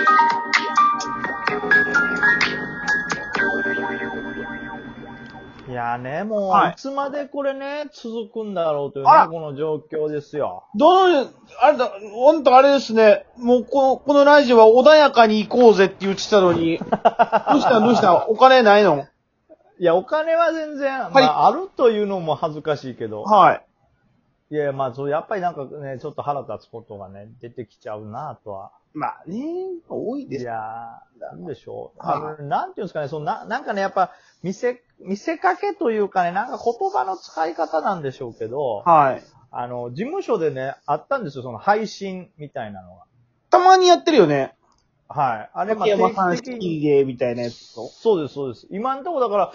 いやね、もう、 はいいつまでこれね、続くんだろうというね、この状況ですよ。 あれだ、ほんとあれですね。もうこのラジオは穏やかに行こうぜって言ってたのに。どうしたお金ないの？ いや、お金は全然、 はいまあ、あるというのも恥ずかしいけど。 はい。 いや、まあ、そう、やっぱりなんかね、ちょっと腹立つことがね、出てきちゃうなとは。 まあね、多いです。 いやー、なんでしょう。 はなんていうんですかね、なんかね、やっぱ、見せかけというかね、なんか言葉の使い方なんでしょうけど、 はい。 事務所でね、あったんですよ、その配信みたいなのが。 たまにやってるよね。 はい。あれ、まあ、 竹山さん定期的式に。 で、みたいなやつと。 そうです、そうです。今のところだから、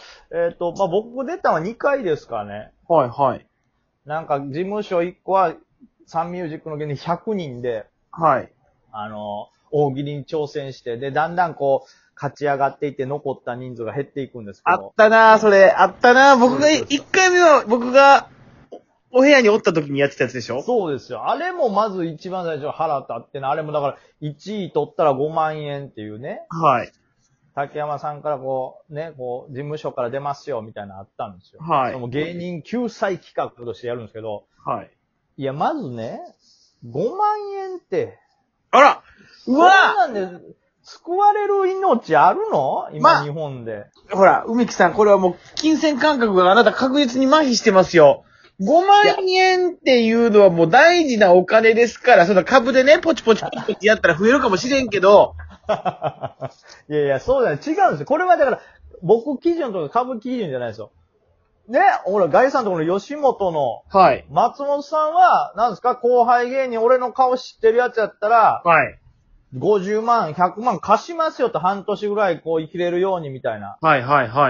まあ、僕出たのは2回ですかね。 はい、はい。 なんか、事務所1個は、サンミュージックの現に100人で、 はい。 大喜利に挑戦して、で、だんだんこう、勝ち上がっていって残った人数が減っていくんですけあっど。 たなそれ。あったな僕が、 そうそうそう 1回目は僕がお部屋におった時にやってたやつでしょ？ そうですよ。あれもまず一番最初腹立ってね、あれもだから1位取ったら5万円っていうね、 はい。 竹山さんからこう、ね、こう、事務所から出ますよみたいなのあったんですよ。 はいその芸人救済企画としてやるんですけど、 はい。 いや、まずね、5万円って、 あらうわそんなんで救われる命あるの今、 まあ日本で。 ほら、梅木さん、これはもう、金銭感覚があなた確実に麻痺してますよ。5万円っていうのはもう大事なお金ですから、その株でね、ポチポチポチポチやったら増えるかもしれんけど、 いやいや、そうだね。違うんですよ。これはだから、僕基準とか株基準じゃないですよ。ね、ほら、ガイさんとこの吉本のはい。 松本さんは、なんですか、後輩芸人、俺の顔知ってるやつやったら、 はい。 50万、100万貸しますよと半年ぐらいこう生きれるようにみたいな。 はい、はい、はい。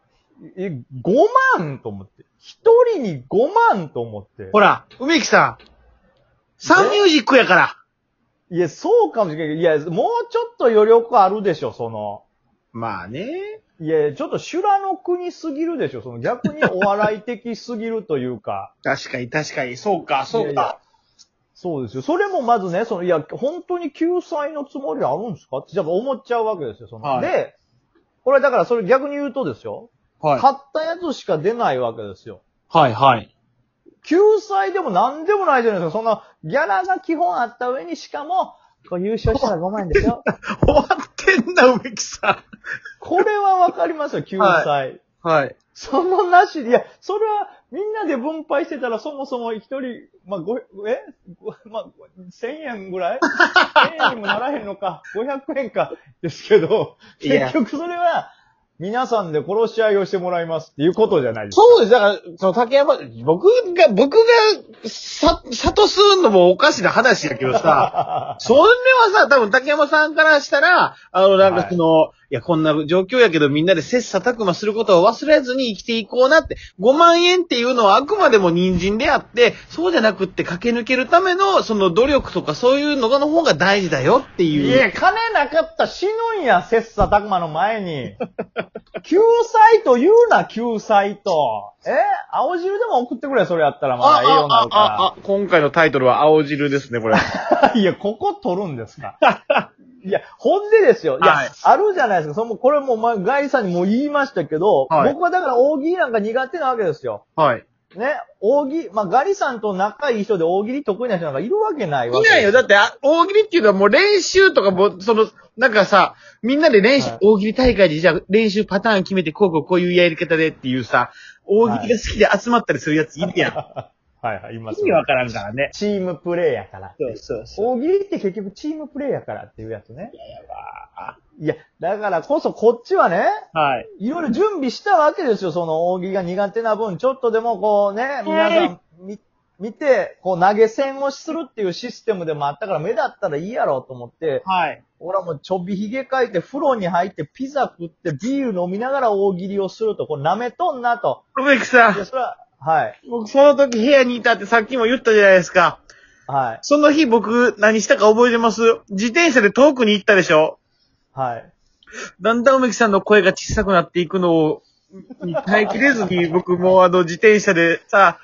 5万と思って。一人に5万と思って。 ほら、梅木さん、サンミュージックやから。 いや、そうかもしれないけど、いや、もうちょっと余力あるでしょ、 まあね。 いや、ちょっと修羅の国すぎるでしょ、逆にお笑い的すぎるというか。 確かに、確かに。そうか、そういやいやか。 そうですよ。それもまずね、いや、本当に救済のつもりあるんですかって、じゃあ思っちゃうわけですよ、 はいで、これだからそれ逆に言うとですよ。 はい。 買ったやつしか出ないわけですよ。 はい、はい。 救済でも何でもないじゃないですか。そんな、ギャラが基本あった上に、しかも、こう優勝したら5万円ですよ。 終わってんな、梅木さこれはわかりますよ、救済。 ん。はい。 そのなしで、いや、それはみんなで分配してたらそもそも一人、まあ、まあ、1000円ぐらい ?1000 円にもならへんのか、500円か、ですけど、 いや結局それは、皆さんで殺し合いをしてもらいますっていうことじゃないですか。 そうです。だから、その竹山、僕が、諭すのもおかしな話やけどさ、それはさ、多分竹山さんからしたら、なんかいや、こんな状況やけどみんなで切磋琢磨することを忘れずに生きていこうなって、5万円っていうのはあくまでも人参であって、そうじゃなくって駆け抜けるための、その努力とかそういうのの方が大事だよっていう。 いや、金なかったら死ぬんや、切磋琢磨の前に。救済と言うな、救済と。青汁でも送ってくれ、それやったらまあ、栄養になるか今回のタイトルは青汁ですね、これ。 ら。いや、ここ取るんですか。いや、ほんでですよ。いや、 はいあるじゃないですか。これもガイさんにも言いましたけど、 はい僕はだから大喜利なんか苦手なわけですよ。 はい。 ね、ガリさんと仲いい人で大喜利得意な人なんかいるわけないわけです。 いないよ。だって、大喜利っていうのはもう練習とかも、なんかさ、みんなで練習、 はい大喜利大会でじゃあ練習パターン決めて、こういうやり方でっていうさ、大喜利が好きで集まったりするやついるやん。 はいはい、います。 意味わからんからね。 チームプレイやから。 そう。 大喜利って結局チームプレイやからっていうやつね。 いやばいや、だからこそこっちはね、 はい。 いろいろ準備したわけですよ。その大喜利が苦手な分、ちょっとでもこうね、皆さん見て、こう投げ銭をするっていうシステムでもあったから目立ったらいいやろうと思って、 はい。 俺はもうちょびひげ描いて風呂に入ってピザ食ってビール飲みながら大喜利をすると、これ舐めとんなと。 梅木さいや、 ん、 それは、はい。 僕その時部屋にいたってさっきも言ったじゃないですか。 はい。 その日僕何したか覚えてます？自転車で遠くに行ったでしょ？ はい。 だんだん梅木さんの声が小さくなっていくのを、耐えきれずに僕も自転車でさ、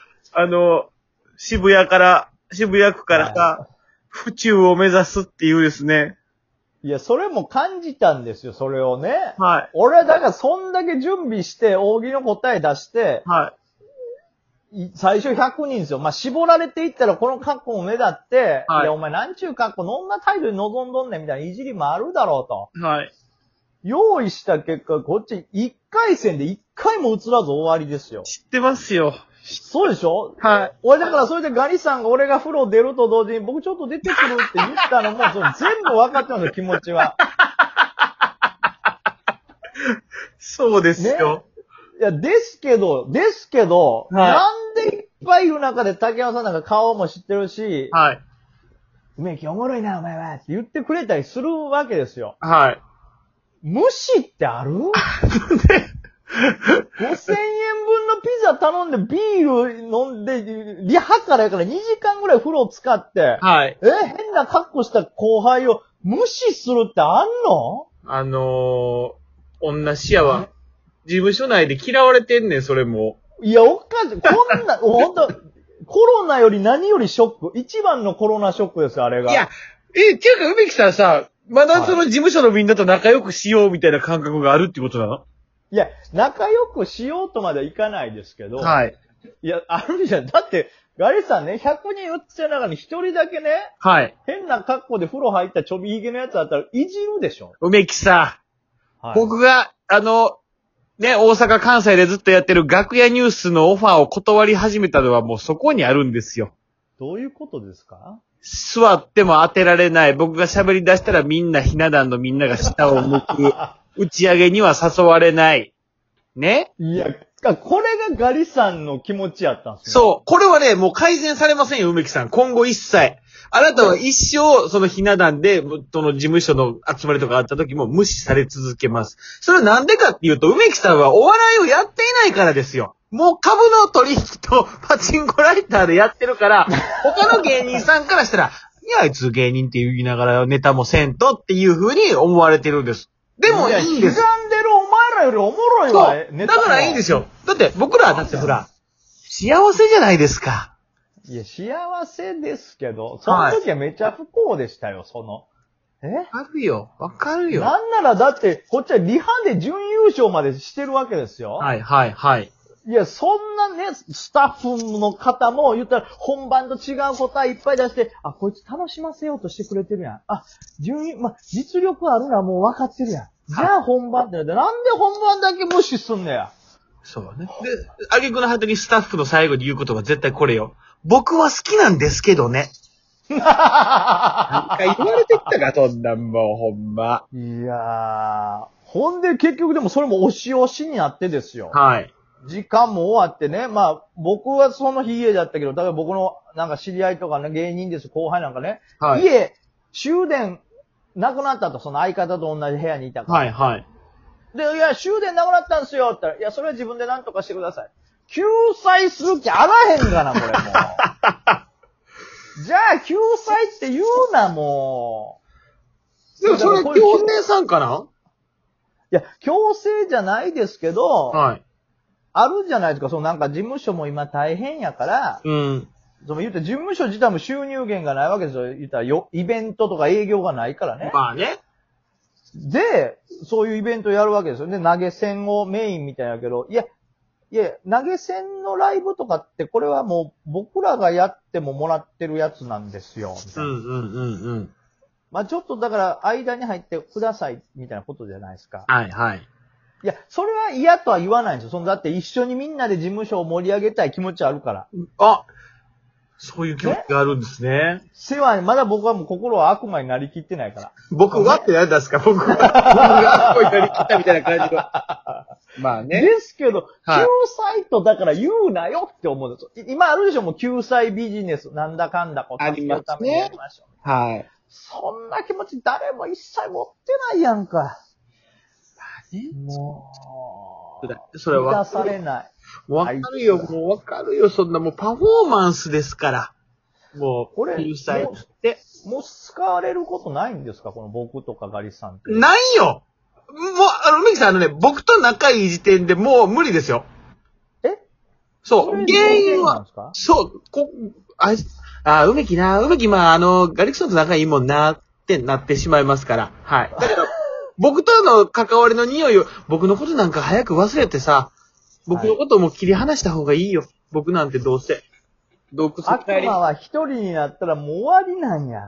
渋谷区からさ、府中を目指すっていうですね。 いや、それも感じたんですよ、それをね。 はい。 俺はだからそんだけ準備して、大喜利の答え出して、 はい。 最初100人ですよ。まあ、絞られていったらこの格好も目立って、 はい。 いや、お前なんちゅう格好、どんな態度で臨んどんねんみたいないじりもあるだろうと。 はい。 用意した結果、こっち1回戦で1回も映らず終わりですよ。 知ってますよ。 そうでしょ？ はい。 俺だからそれでガリさんが俺が風呂出ると同時に僕ちょっと出てくるって言ったのも、それ全部分かってますよ、気持ちは。 そうですよ。 いや、ですけど、 はい、 なんでいっぱいいる中で竹山さんなんか顔も知ってるし、 はい。 梅木おもろいな、お前はって言ってくれたりするわけですよ。 はい。 無視ってある？ 5,000 円分のピザ頼んでビール飲んで、リハからやから2時間ぐらい風呂使って、 はい。 変な格好した後輩を無視するってあんの？ 女シアは、事務所内で嫌われてんねん、それも。 いや、おかしい。こんな、ほんと、コロナより何よりショック。一番のコロナショックですよ、あれが。 いや、っていうか、梅木さんさ、まだその事務所のみんなと仲良くしようみたいな感覚があるってことなの？ いや、仲良くしようとまではいかないですけど。 はい。 いや、あるじゃん。だって、ガリさんね、100人売ってた中に1人だけね、 はい。 変な格好で風呂入ったちょびひげのやつあったらいじるでしょ。 梅木さん、はい、僕が、ね、大阪、関西でずっとやってる楽屋ニュースのオファーを断り始めたのはもうそこにあるんですよ。 どういうことですか？ 座っても当てられない。僕が喋り出したらみんなひな壇のみんなが下を向く。打ち上げには誘われない。ね？ いや、これがガリさんの気持ちやったんですね。 そう。これはね、もう改善されませんよ、梅木さん。今後一切。あなたは一生、そのひな壇で、その事務所の集まりとかあった時も無視され続けます。それはなんでかっていうと、梅木さんはお笑いをやっていないからですよ。もう株の取引とパチンコライターでやってるから、他の芸人さんからしたら、いや、あいつ芸人って言いながらネタもせんとっていう風に思われてるんです。でもいいんです。 歪んでるお前らよりおもろいわ、 ネタだからいいんですよ。だって僕らはだってほら、幸せじゃないですか。 いや、幸せですけど、その時はめちゃ不幸でしたよ、わかるよ。わかるよ。 なんならだって、こっちはリハで準優勝までしてるわけですよ。 はい、はい、はい。 いや、そんなね、スタッフの方も言ったら本番と違う答えいっぱい出して、あ、こいつ楽しませようとしてくれてるやん。あ、実力あるのはもう分かってるやん。じゃあ本番ってなって、なんで本番だけ無視すんねや。 そうね。で、挙句の果てにスタッフの最後に言うことが絶対これよ。僕は好きなんですけどね。なんか言われてきたか、そんなんもう、ほんま。 いやー。ほんで結局でもそれも押し押しになってですよ。 はい。 時間も終わってね。まあ、僕はその日家だったけど、例えば僕のなんか知り合いとかね、芸人です、後輩なんかね。はい。家、終電、なくなったと、その相方と同じ部屋にいたから。はいはい。で、いや、終電なくなったんですよって言ったら、いや、それは自分で何とかしてください。救済する気あらへんかな、これもう。じゃあ、救済って言うな、もう。でもそれ強制参加なん？ いや、強制じゃないですけど、 はい。 あるじゃないですか、そのなんか事務所も今大変やから、 うん。 その言うて事務所自体も収入源がないわけですよ。言ったらイベントとか営業がないからね。 まあね。 で、そういうイベントやるわけですよ。で、投げ銭をメインみたいだけど、いや、投げ銭のライブとかって、これはもう僕らがやってももらってるやつなんですよ。みたいな。まあちょっとだから間に入ってくださいみたいなことじゃないですか。 はいはい。 いや、それは嫌とは言わないんですよ。だって一緒にみんなで事務所を盛り上げたい気持ちあるから。 あ、そういう気持ちがあるんですね。 世話に、まだ僕はもう心は悪魔になりきってないから。 僕はって何ですか？僕が悪魔になりきったみたいな感じの。まあね。 ですけど、救済とだから言うなよって思うんですよ。今あるでしょ、もう救済ビジネス、なんだかんだありますね。 やりましょう。はい。そんな気持ち誰も一切持ってないやんか。まあね。 もう、 それは。 出されない。 わかるよ、もうわかるよ、そんなもうパフォーマンスですから。もう、 これ、 救済って。 もう使われることないんですか？この僕とかガリさんって。 ないよ！もう、梅木さん僕と仲いい時点でもう無理ですよ。そう、原因は、そう、梅木、まあ、ガリクソンと仲いいもんな。 ってなってしまいますから。はい。だから、僕との関わりの匂いを、僕のことなんか早く忘れてさ、僕のことも切り離した方がいいよ。僕なんてどうせ。洞窟悪魔は一人になったらもう終わりなんや。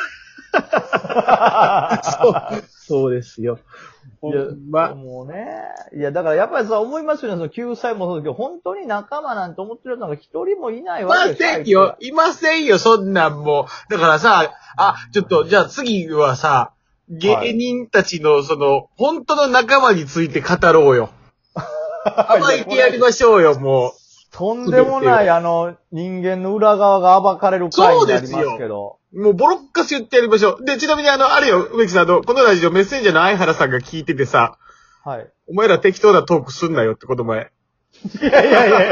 そうですよ。 いや、もうね。いや、だからやっぱりさ、思いますよね。その救済もそうだけど、本当に仲間なんて思ってるのが一人もいないわけですよ。いませんよ、そんなんもう。だからさ、ちょっと、じゃあ次はさ、芸人たちの本当の仲間について語ろうよ。暴いてやりましょうよ、もう。 とんでもない、人間の裏側が暴かれる回になりますけど。 もうボロッカス言ってやりましょう。で、ちなみにあれよ、植木さん、このラジオメッセンジャーの相原さんが聞いててさ、 はい。 お前ら適当なトークすんなよってこと前。 いや、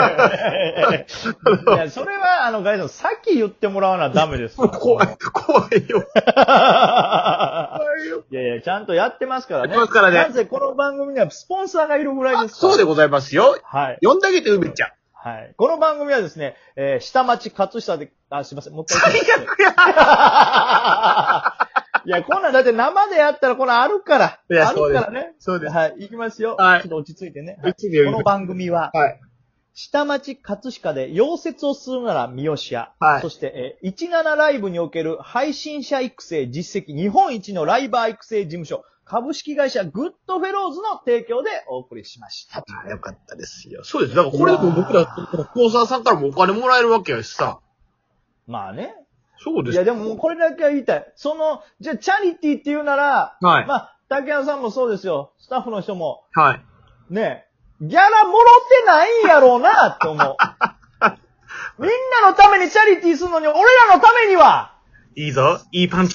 それは、ガイドさっき言ってもらわなダメです。 怖いよ。 いや、ちゃんとやってますからね。 やってますからね。 なぜこの番組にはスポンサーがいるぐらいですから。 そうでございますよ。 はい。 呼んであげて、梅ちゃん。 はい。この番組はですね、下町葛下で、すいません、もう一回言います。 最悪やいや、こんなんだって生でやったらこれあるから。 いや、 あるからね。 そうです。 はい。行きますよ。 はい。 ちょっと落ち着いてね。 この番組は、 はい。 下町葛飾で溶接をするなら三好屋。 はい。 そして、17ライブにおける配信者育成実績日本一のライバー育成事務所、株式会社グッドフェローズの提供でお送りしました。 よかったですよ。そうです。だからこれでも僕ら、スポンサーさんからもお金もらえるわけやしさ。 まあね。 そうです。 いや、でももうこれだけは言いたい。じゃあチャリティーって言うなら、 はい。 まあ、竹谷さんもそうですよ。スタッフの人も。 はい。 ねえ、ギャラもろってないんやろうなって思う。みんなのためにチャリティーするのに、俺らのためには、 いいぞ。いいパンチ。